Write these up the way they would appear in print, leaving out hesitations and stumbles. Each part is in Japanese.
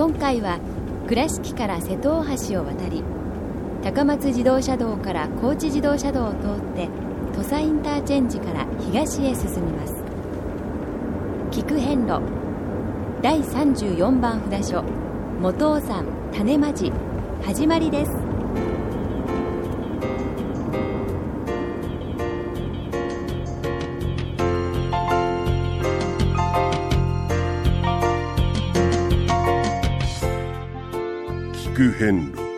今回は倉敷から瀬戸大橋を渡り、高松自動車道から高知自動車道を通って土佐インターチェンジから東へ進みます。菊遍路第34番札所本尾山種馬路始まりです。 菊遍路、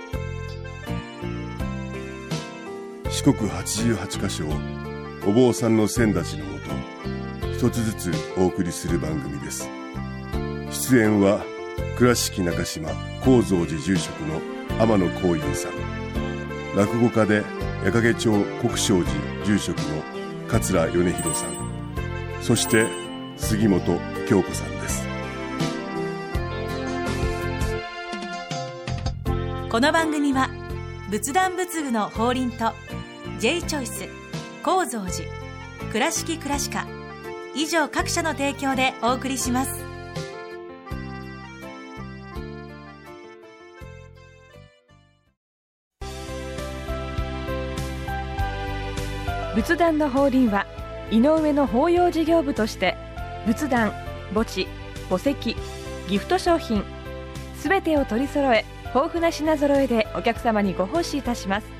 四国88カ所をお坊さんの先立ちのもと一つずつお送りする番組です。出演は倉敷中島・高蔵寺住職の天野幸雄さん、落語家で矢掛町国正寺住職の桂米広さん、そして杉本京子さんです。 この番組は仏壇仏具の法輪と J チョイス、高蔵寺、倉敷倉歯科以上各社の提供でお送りします。 仏壇の法輪は井上の法要事業部として仏壇、墓地、墓石、ギフト商品すべてを取り揃え、豊富な品揃えでお客様にご奉仕いたします。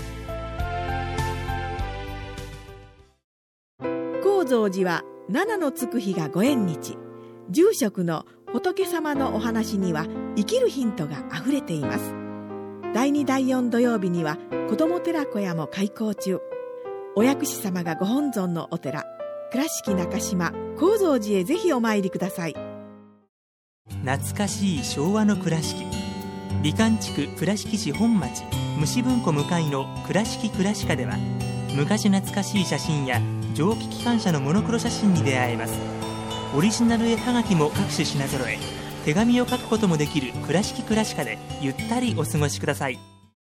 高蔵寺は七のつく日がご縁日。住職の仏様のお話には生きるヒントがあふれています。第2第4土曜日には子ども寺小屋も開校中。お薬師様がご本尊のお寺、倉敷中島・高蔵寺へぜひお参りください。 懐かしい昭和の倉敷、美観地区倉敷市本町虫文庫向かいの倉敷倉歯科では、昔懐かしい写真や蒸気機関車のモノクロ写真に出会えます。オリジナル絵はがきも各種品揃え、手紙を書くこともできる倉敷倉歯科でゆったりお過ごしください。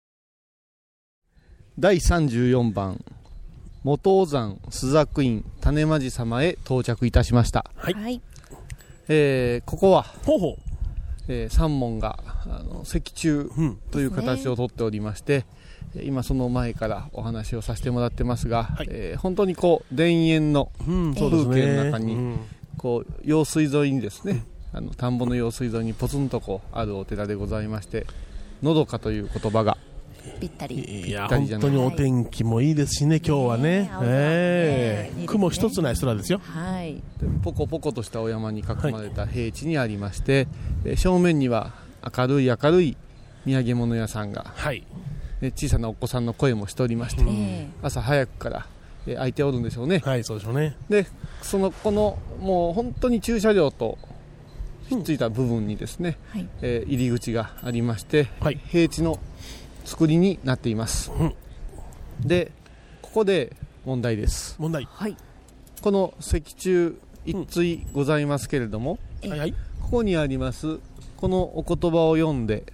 第34番本尾山朱雀院種馬路様へ到着いたしました。 はい、 ここは3門が石柱という形をとっておりまして、今その前からお話をさせてもらってますが、本当にこう田園の風景の中に、こう用水沿いにですね、田んぼの用水沿いにポツンとこうあるお寺でございまして、のどかという言葉がぴったり。 いや本当にお天気もいいですしね、今日はね、雲一つない空ですよ。 ポコポコとしたお山に囲まれた平地にありまして、正面には明るい土産物屋さんが、小さなお子さんの声もしておりまして、朝早くから開いておるんでしょうね。 そうでしょうね。 でこのもう本当に駐車場とひっついた部分にですね、入り口がありまして、平地の作りになっています。でここで問題です。 問題、 この石柱一対ございますけれども、ここにありますこのお言葉を読んで、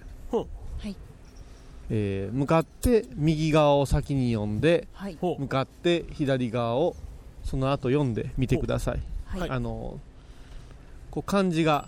向かって右側を先に読んで、向かって左側をその後読んでみてください。こう漢字が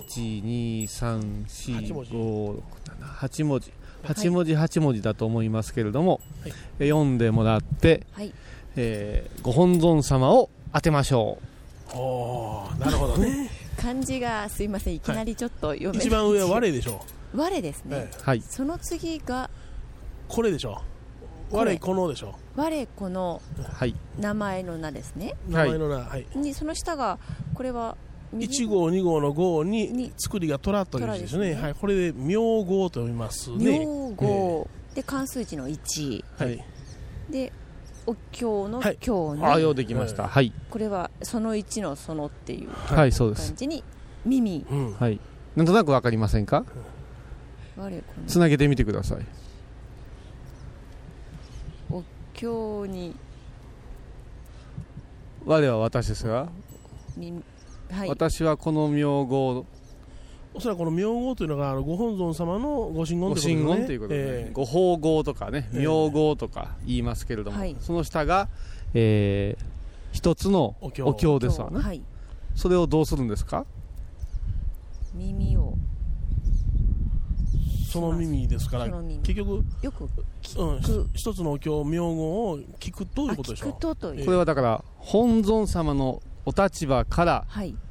1,2,3,4,5,6,7,8 文字8文字だと思いますけれども、読んでもらって、ご本尊様を当てましょう。 なるほどね。 漢字がすいません、いきなりちょっと読めない。 一番上は我でしょう。我ですね、その次がこれでしょう。我このでしょう。我この、名前の名ですね。 名前の名、 にその下がこれは 1号2号の号に作りが虎という字ですね。これで明号と読みますね。 明号、で漢数字の1、でお経の経に、 ようできました。 これはその1のそのっていう感じに耳、 なんとなくわかりませんか。つなげてみてください。 お経に我は私ですが、私はこの名号、 おそらくこの名号というのがご本尊様のご神言ということで、ご宝号とかね、名号とか言いますけれども、その下が、一つのお経ですわね。それをどうするんですか。 耳をその耳ですから結局よく一つのお経名言を聞くということでしょう。 これはだから本尊様のお立場から、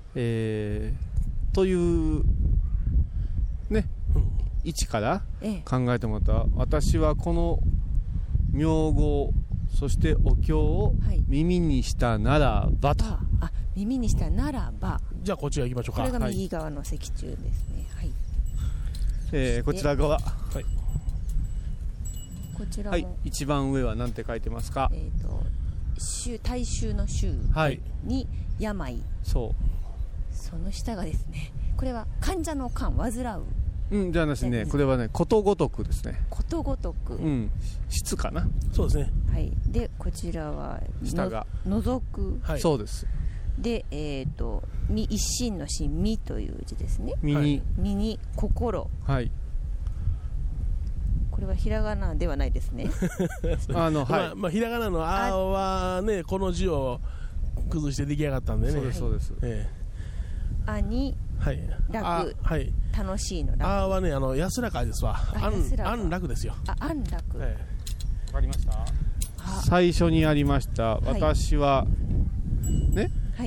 というね、位置から考えてもらったら、私はこの名号そしてお経を耳にしたならばと、 耳にしたならば、 じゃあこちら行きましょうか。 これが右側の石柱ですね。 こちら側、 こちらも、 一番上は何て書いてますか。 大衆の衆に病、その下がですね、これは患者の患、患う、 じゃあですね、これはね、ことごとくですね。 ことごとく、 質かな。 そうですね。 でこちらは下が除く、 そうです。 で一心の心、身という字ですね。 身に心。これはひらがなではないですね。 ひらがなのあはね、この字を崩して出来上がったんでね。 そうです。 あに楽、楽しいの楽。 あはね、安らかですわ。安楽ですよ。 安楽。 わかりました。最初にありました。私はね、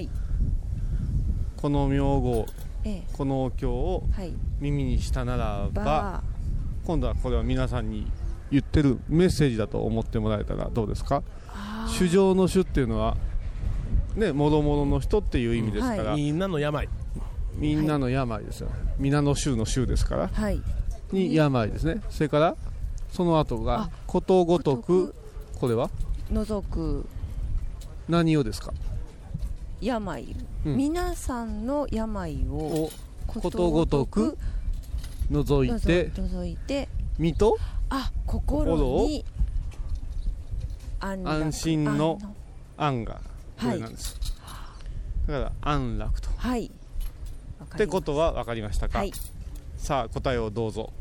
この名号、このお経を耳にしたならば、今度はこれは皆さんに言ってるメッセージだと思ってもらえたらどうですか。衆生の衆っていうのはね、もろもろの人っていう意味ですから、 みんなの病、 みんなの病ですよ。皆の衆の衆ですから、に病ですね。それからその後がことごとく、これは除く、 何をですか。 病、皆さんの病をことごとく除いて、身と心に安心の安がこれなんです。だから安楽と。ってことは分かりましたか。さあ答えをどうぞ。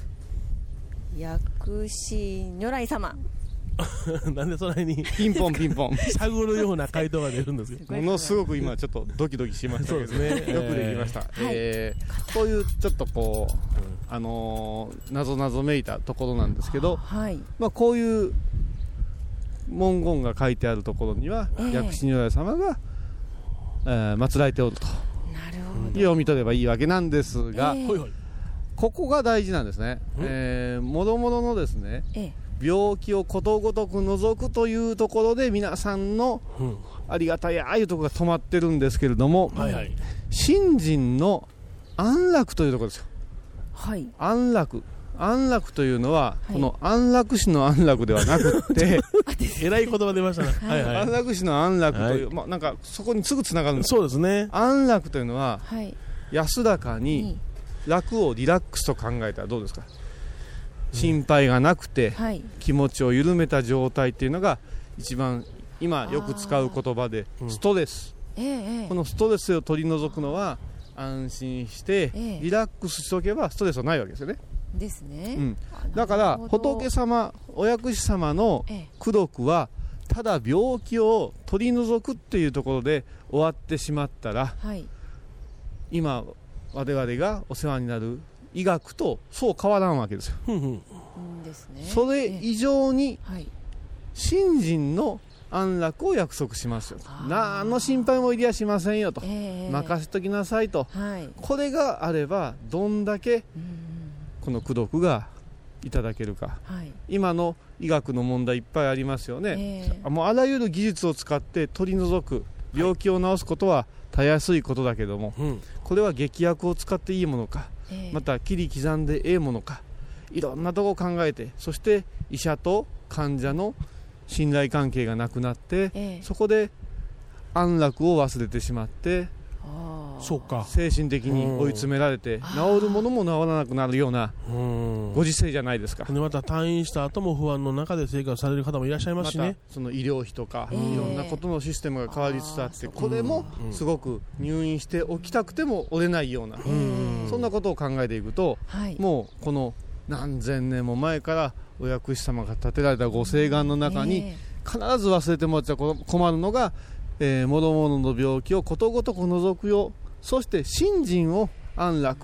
薬師如来様。 なんでそれにピンポン探るような回答が出るんですよ。 ものすごく今ちょっとドキドキしましたけど、 そうですね、 よくできました。こういうちょっとこう謎めいたところなんですけど、こういう文言が書いてあるところには、薬師如来様が祀られておると読み取ればいいわけなんですが、ここが大事なんですね。もろもろのですね、病気をことごとく除くというところで皆さんのありがたいああいうところが止まってるんですけれども、信心の安楽というところですよ。安楽というのは、この安楽死の安楽ではなくってえらい言葉出ましたね。 安楽死の安楽という、なんかそこにすぐつながるんです。 そうですね。 安楽というのは、安らかに楽をリラックスと考えたらどうですか。心配がなくて、気持ちを緩めた状態っていうのが一番今よく使う言葉でストレス、このストレスを取り除くのは安心してリラックスしておけばストレスはないわけですよね。 ですね。 だから仏様、お薬師様の功徳はただ病気を取り除くっていうところで終わってしまったら、今我々がお世話になる医学とそう変わらんわけですよ。それ以上に信心の安楽を約束しますよと。何の心配もいりやしませんよと、任せときなさいと、これがあればどんだけこの功徳がいただけるか。今の医学の問題いっぱいありますよね。もうあらゆる技術を使って取り除く、病気を治すことはたやすいことだけども、これは劇薬を使っていいものか、また切り刻んでええものか、いろんなとこを考えて、そして医者と患者の信頼関係がなくなって、そこで安楽を忘れてしまって、 そうか、 精神的に追い詰められて治るものも治らなくなるようなご時世じゃないですか。 でまた退院した後も不安の中で生活される方もいらっしゃいますしね。 またその医療費とか、いろんなことのシステムが変わりつつあって、これもすごく入院しておきたくても折れないような、そんなことを考えていくと、もうこの何千年も前からお薬師様が建てられたご聖願の中に必ず忘れてもらっちゃ困るのが、もろもろの病気をことごとく除くよ、そして信心を安楽、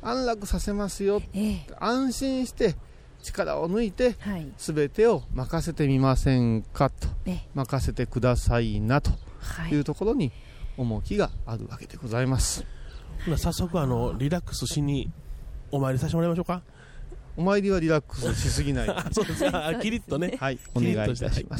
安楽させますよ、安心して力を抜いて、全てを任せてみませんかと、任せてくださいなというところに重きがあるわけでございます。 早速リラックスしにお参りさせてもらいましょうか。 お参りはリラックスしすぎないそうですか。キリッとね、 はい、お願いいたします。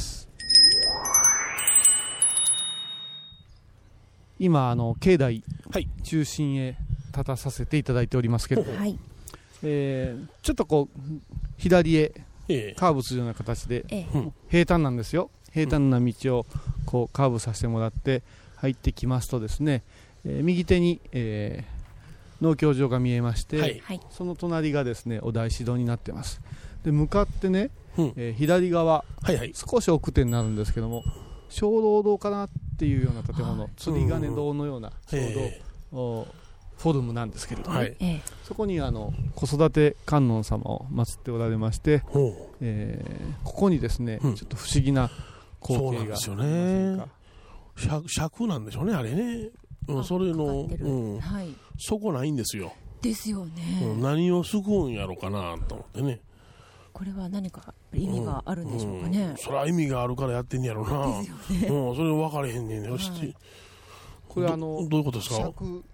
今境内中心へ立たさせていただいておりますけれども、ちょっとこう左へカーブするような形で、平坦なんですよ。平坦な道をこうカーブさせてもらって入ってきますとですね、右手に、農協場が見えまして、その隣がですねお大師堂になってます。で向かってね、左側、少し奥手になるんですけども、鐘楼堂かなっていうような建物、釣り鐘堂のようなちょうどフォルムなんですけれども、そこに子育て観音様を祀っておられまして、ここにですね、ちょっと不思議な光景が。 そうなんですよね。尺なんでしょうね、あれね。それの、そこないんですよ。 ですよね。 何を救うんやろうかなと思ってね。 これは何か意味があるんでしょうかね。 それは意味があるからやってんやろうな。それ分かれへんねんね。 これどういうことですか。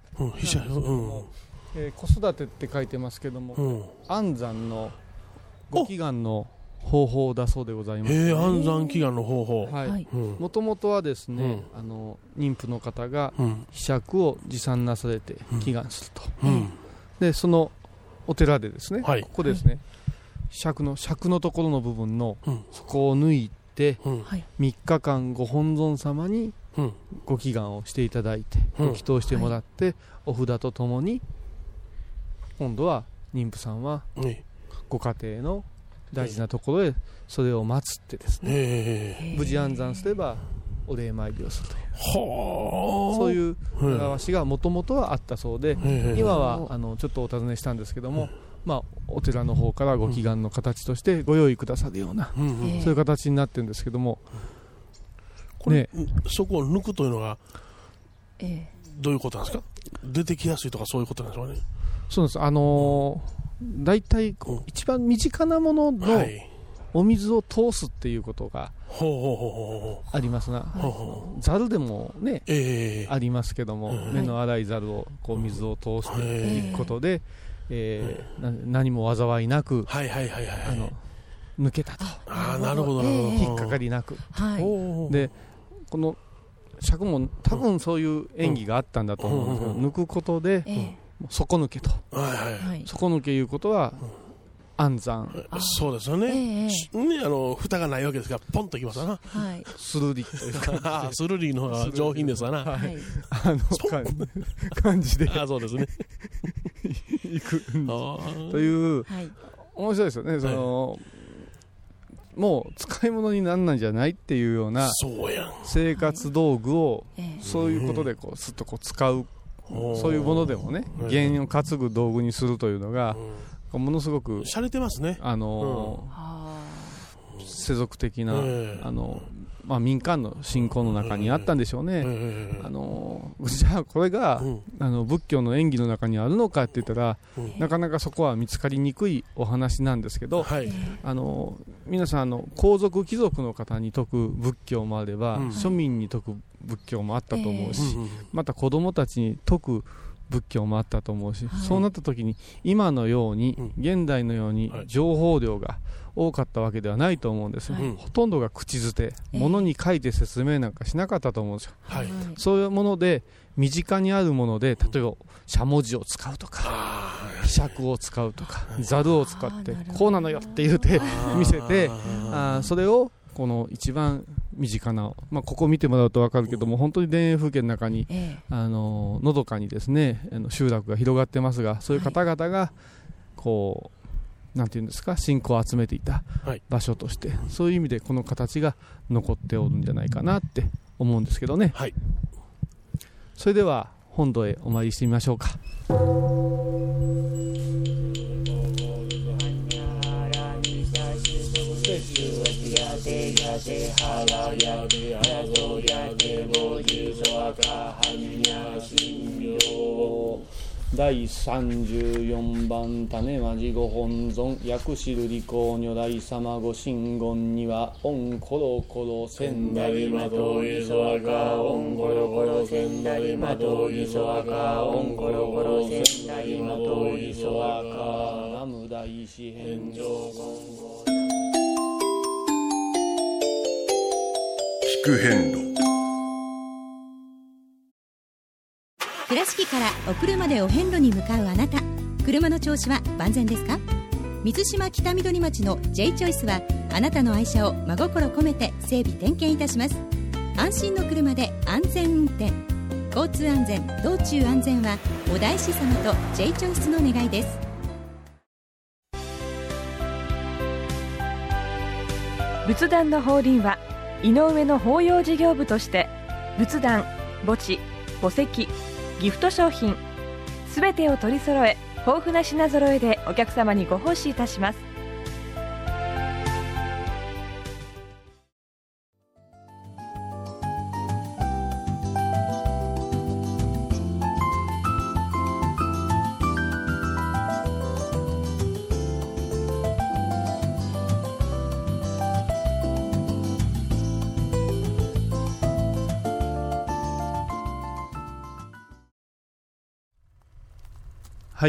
子育てって書いてますけども、安産のご祈願の方法だそうでございます。 安産祈願の方法。 もともとはですね、妊婦の方がひしゃくを持参なされて祈願すると。でそのお寺でですね、ここですね、尺のところの部分のそこを抜いて、3日間ご本尊様にご祈願をしていただいて、ご祈祷してもらって、お札とともに今度は妊婦さんはご家庭の大事なところへそれを祀ってですね、無事安産すればお礼参りをするという、そういう習わしがもともとはあったそうで、今はちょっとお尋ねしたんですけども、お寺の方からご祈願の形としてご用意くださるような、そういう形になってるんですけども、 これ、そこを抜くというのがどういうことなんですか。出てきやすいとかそういうことなんでしょうね。 そうです。大体一番身近なもののお水を通すっていうことがありますな。ざるでもね、ありますけども、目の粗いざるをこう水を通していくことで、何も災いなく抜けたと。 なるほど、 引っかかりなく。でこの尺も多分そういう演技があったんだと思うんですけど、抜くことで底抜けと、底抜けいうことは安産。 そうですよね。蓋がないわけですからポンといきますわな。 スルリというか、 スルリの方が上品ですわな。 感じでそうですね。 いくという面白いですよね。もう使い物にならないんじゃないっていうような生活道具をそういうことでこうすっとこう使う、そういうものでもね、弦を担ぐ道具にするというのがものすごく洒落てますね。 世俗的な民間の信仰の中にあったんでしょうね。じゃあこれが仏教の演技の中にあるのかって言ったら、なかなかそこは見つかりにくいお話なんですけど、皆さん皇族貴族の方に説く仏教もあれば、庶民に説く仏教もあったと思うし、また子供たちに説く仏教もあったと思うし、そうなった時に今のように、現代のように情報量が多かったわけではないと思うんです、ほとんどが口づて、物に書いて説明なんかしなかったと思うんですよ、そういうもので身近にあるもので、例えばしゃもじを使うとか、ひしゃくを使うとか、ざるを使ってこうなのよって言うて見せて、それをこの一番身近な、ここ見てもらうと分かるけども、本当に田園風景の中に、のどかにですね、集落が広がってますが、そういう方々がこうなんていうんですか、信仰を集めていた場所として、そういう意味でこの形が残っておるんじゃないかなって思うんですけどね。それでは本堂へお参りしてみましょうか。 第34番種まじご本尊薬師瑠璃光如来様ご神言にはオンコロコロセンダリマトイソアカオンコロコロセンダリマトイソアカオンコロコロセンダリマトイソアカナム大師返上言語聞く遍路。 倉敷からお車でお遍路に向かうあなた、車の調子は万全ですか？水島北緑町の J チョイスはあなたの愛車を真心込めて整備点検いたします。安心の車で安全運転、交通安全道中安全はお大師様と J チョイスの願いです。 仏壇の法輪は井上の法要事業部として仏壇、墓地、墓石、ギフト商品すべてを取り揃え、豊富な品揃えでお客様にご奉仕いたします。 はい、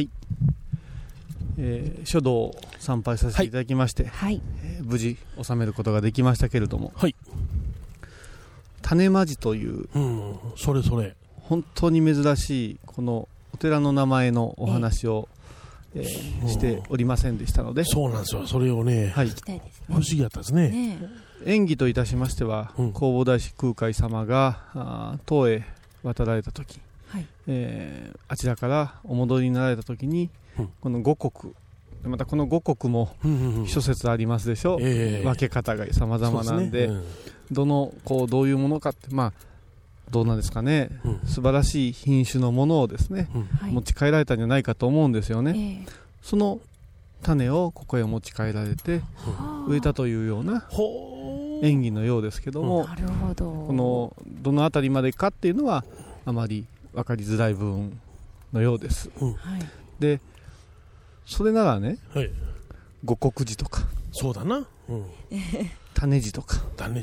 書道を参拝させていただきまして、はい無事収めることができましたけれども、はい、種まじという、 それ本当に珍しいこのお寺の名前のお話を、しておりませんでしたので、 そうなんですよ。それをね、はい、聞きたいですね。不思議だったですね。 演技といたしましては、弘法大師空海様が唐へ渡られた時、はいあちらからお戻りになられた時に、この五穀、またこの五穀も諸説ありますでしょう、分け方が様々なんで、どういうものかって、どうなんですかね、素晴らしい品種のものをですね、持ち帰られたんじゃないかと思うんですよね。その種をここへ持ち帰られて植えたというような演技のようですけども、 なるほど。 このどのあたりまでかっていうのはあまり分かりづらい部分のようです、でそれならね、五穀寺とかそうだな、 種寺とか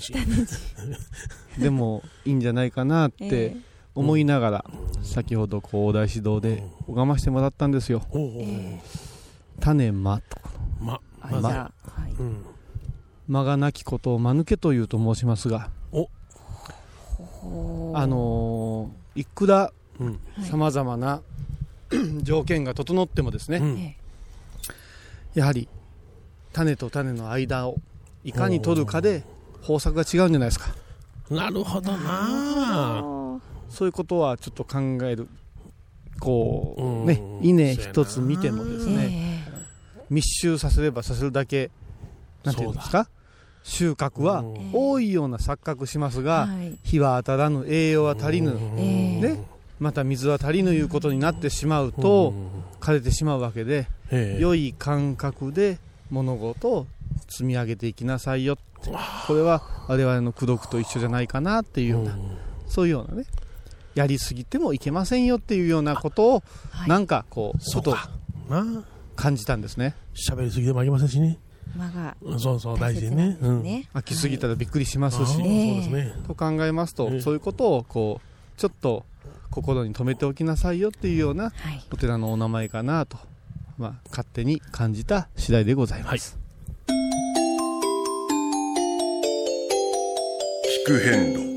でもいいんじゃないかなって思いながら、先ほど大大師堂で拝ましてもらったんですよ。種間と間がなきことを間抜けというと申しますが、いくらさまざまな条件が整ってもですね、やはり種と種の間をいかに取るかで方策が違うんじゃないですか。 なるほどな。 そういうことはちょっと考える、稲一つ見てもですね、密集させればさせるだけ、なんていうんですか、収穫は多いような錯覚しますが、日は当たらぬ、栄養は足りぬ、また水は足りぬいうことになってしまうと枯れてしまうわけで、良い感覚で物事を積み上げていきなさいよって、これは我々の功徳と一緒じゃないかなっていうような、そういうようなね、やりすぎてもいけませんよっていうようなことを、なんかちょっと感じたんですね。 喋りすぎてもいけませんしね。そう大事ね。 飽きすぎたらびっくりしますし、と考えますと、そういうことをちょっと心に留めておきなさいよっていうようなお寺のお名前かなと、勝手に感じた次第でございます。 聞く遍路。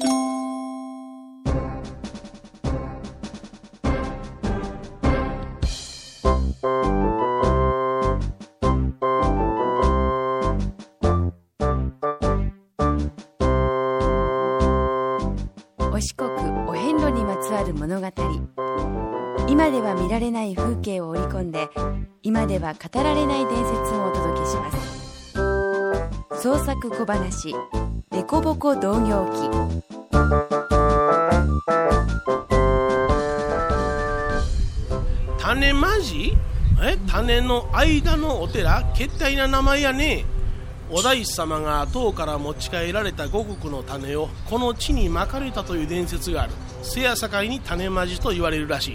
四国お遍路にまつわる物語、今では見られない風景を織り込んで、今では語られない伝説をお届けします。創作小話デコボコ同行記。 種まじ？種の間のお寺、決体な名前やね。お大師様が唐から持ち帰られた五穀の種をこの地にまかれたという伝説がある。せやさかいに種まじと言われるらしい。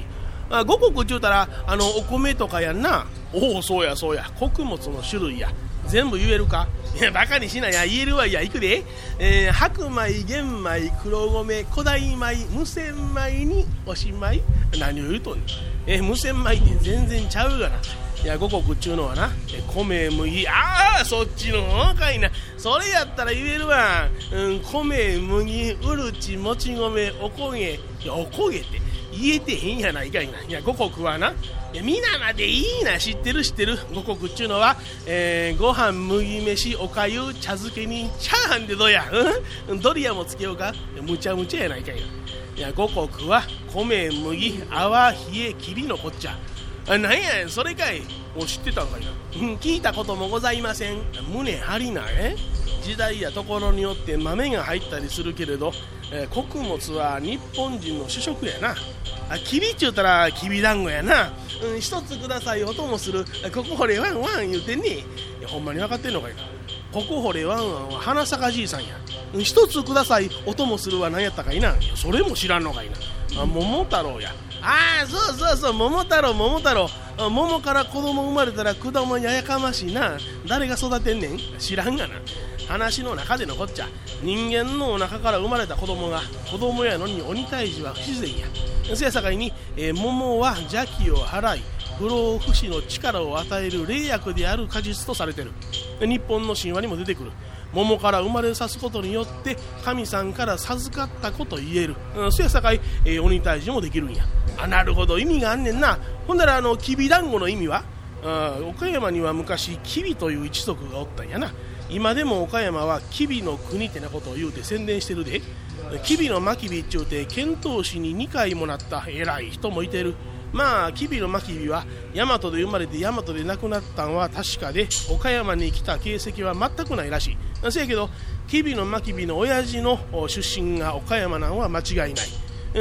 五穀ちゅうたらお米とかやんな。おお、そうやそうや、穀物の種類や。全部言えるか。いや、バカにしないや、言えるわ。いや、いくで、白米、玄米、黒米、古代米、無洗米におしまい。何を言うとんねん。無洗米って全然ちゃうがな。いや、五穀っちゅうのはな、米、麦、ああ、そっちの方かいな。それやったら言えるわ。米、麦、うるち、もち米、おこげ。いや、おこげって言えてへんやないかいな。いや、五穀はな、いや、皆までいいな。知ってる知ってる。五穀っちゅうのは、ご飯、麦飯、おかゆ、茶漬けにチャーハンでどうや。ドリアもつけようか。むちゃむちゃやないかいな。いや、五穀は米、麦、泡、冷え、きびのこっちゃ。なんやねん、それかい。知ってたんかいな。聞いたこともございません。胸張りな。時代やところによって豆が入ったりするけれど、穀物は日本人の主食やな。きびっちゅうたらきびだんごやな。一つください、お供する。ここほれワンワン言うてんね。いや、ほんまに分かってんのかいな。ここほれワンワンは花咲じいさんや。一つください、お供するは何やったかいな。それも知らんのかいな。桃太郎や。ああ、そうそうそう、桃太郎、桃太郎。桃から子供生まれたら果物ややかましいな。誰が育てんねん。知らんがな。話の中でのこっちゃ。人間のお腹から生まれた子供が子供やのに鬼退治は不自然や。せやさかいに、桃は邪気を払い不老不死の力を与える霊薬である果実とされてる。日本の神話にも出てくる。桃から生まれさすことによって神さんから授かったこと言える。せやさかい、鬼退治もできるんや。なるほど、意味があんねんな。ほんならきびだんごの意味は、岡山には昔きびという一族がおったんやな。今でも岡山はきびの国ってなことを言うて宣伝してるで。きびのまきびっちゅうて遣唐使に2回もなった偉い人もいてる。まあきびのまきびは大和で生まれて大和で亡くなったんは確かで、岡山に来た形跡は全くないらしい。せやけどきびのまきびの親父の出身が岡山なんは間違いない。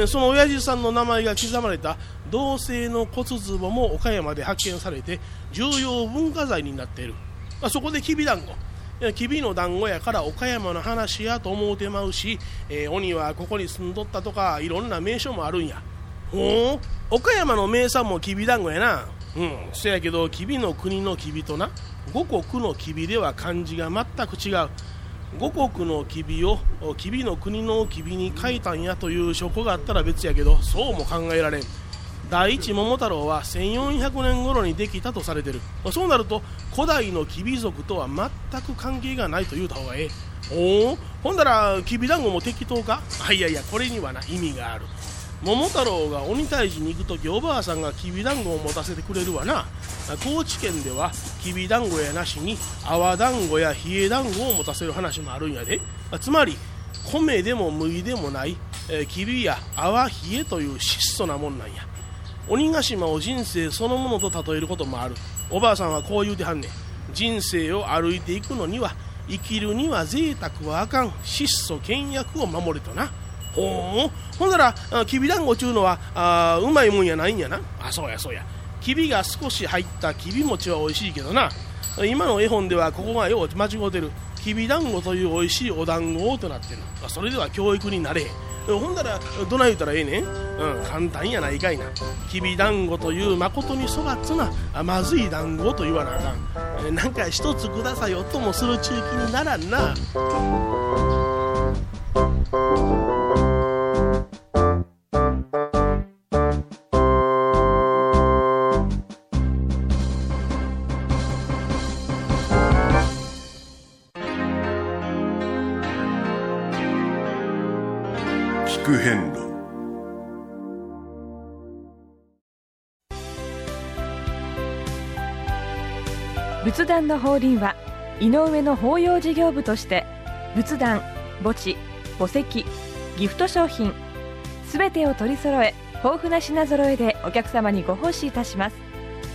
その親父さんの名前が刻まれた銅製の骨壺も岡山で発見されて重要文化財になっている。そこできびだんご、きびの団子やから岡山の話やと思うてまうし、鬼はここに住んどったとかいろんな名所もあるんや。ほう、岡山の名産もきびだんごやな。そやけどきびの国のきびとな、五穀のきびでは漢字が全く違う。五穀のきびをきびの国のきびに書いたんやという証拠があったら別やけど、そうも考えられん。第一桃太郎は1400年頃にできたとされてる。そうなると古代のきび族とは全く関係がないと言うた方がええ。ほんだらきびだんごも適当か。いやいや、これにはな意味がある。桃太郎が鬼退治に行くとき、おばあさんがきびだんごを持たせてくれるわな。高知県ではきびだんごやなしに泡だんごや冷えだんごを持たせる話もあるんやで。つまり米でも麦でもない、きびや泡冷えという質素なもんなんや。鬼ヶ島を人生そのものと例えることもある。おばあさんはこう言うてはんねん。人生を歩いていくのには、生きるには贅沢はあかん、質素倹約を守れとな。ほんならきびだんごちゅうのはうまいもんやないんやな。そうやそうや、きびが少し入ったきび餅は美味しいけどな、今の絵本ではここがよう間違うてる。きびだんごという美味しいお団子となってる。それでは教育になれへん。ほんだらどない言うたらええねん。簡単やないかいな。きびだんごという誠に粗末なまずい団子と言わなあかん。なんか一つください、おともする中気にならんな。 聞く遍路。 仏壇の法輪は井上の法要事業部として仏壇、墓地、墓石、ギフト商品すべてを取り揃え、豊富な品揃えでお客様にご奉仕いたします。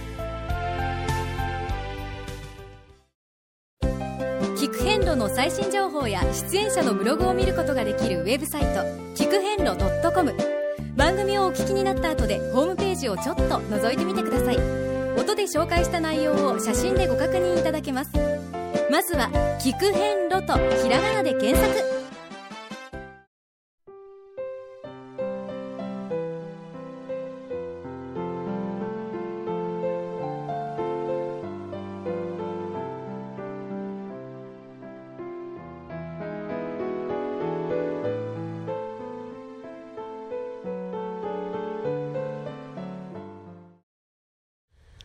聞く遍路の最新情報や出演者のブログを見ることができるウェブサイト、聞く遍路 .com。 番組をお聞きになった後でホームページをちょっと覗いてみてください。音で紹介した内容を写真でご確認いただけます。まずは聞く遍路とひらがなで検索。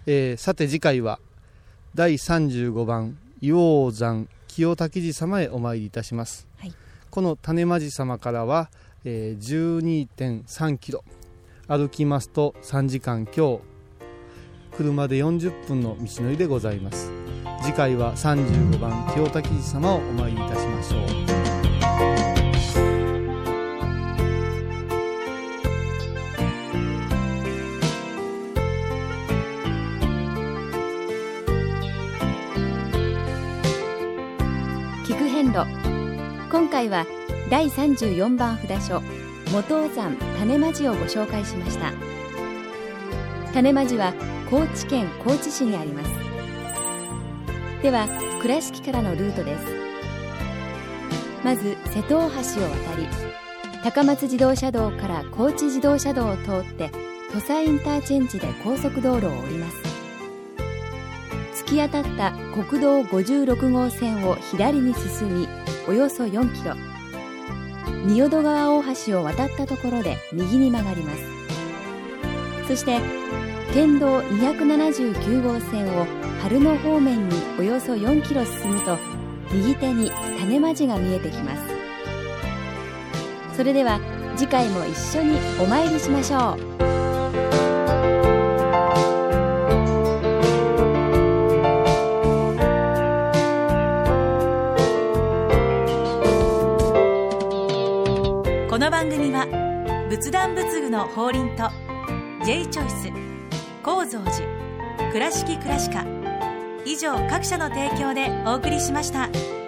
さて次回は第35番硫黄山清滝寺様へお参りいたします、はい、この種馬寺様からは、12.3 キロ歩きますと3時間強、車で40分の道のりでございます。次回は35番清滝寺様をお参りいたしましょう。 聞く遍路、今回は第34番札所元尾山種馬寺をご紹介しました。種馬寺は高知県高知市にあります。では倉敷からのルートです。まず瀬戸大橋を渡り、高松自動車道から高知自動車道を通って土佐インターチェンジで高速道路を降ります。突き当たった国道56号線を左に進みおよそ4キロ、仁淀川大橋を渡ったところで右に曲がります。そして県道279号線を春野方面におよそ4キロ進むと右手に種馬寺が見えてきます。それでは次回も一緒にお参りしましょう。 この番組は仏壇仏具の法輪と J チョイス、高蔵寺、倉敷倉歯科以上各社の提供でお送りしました。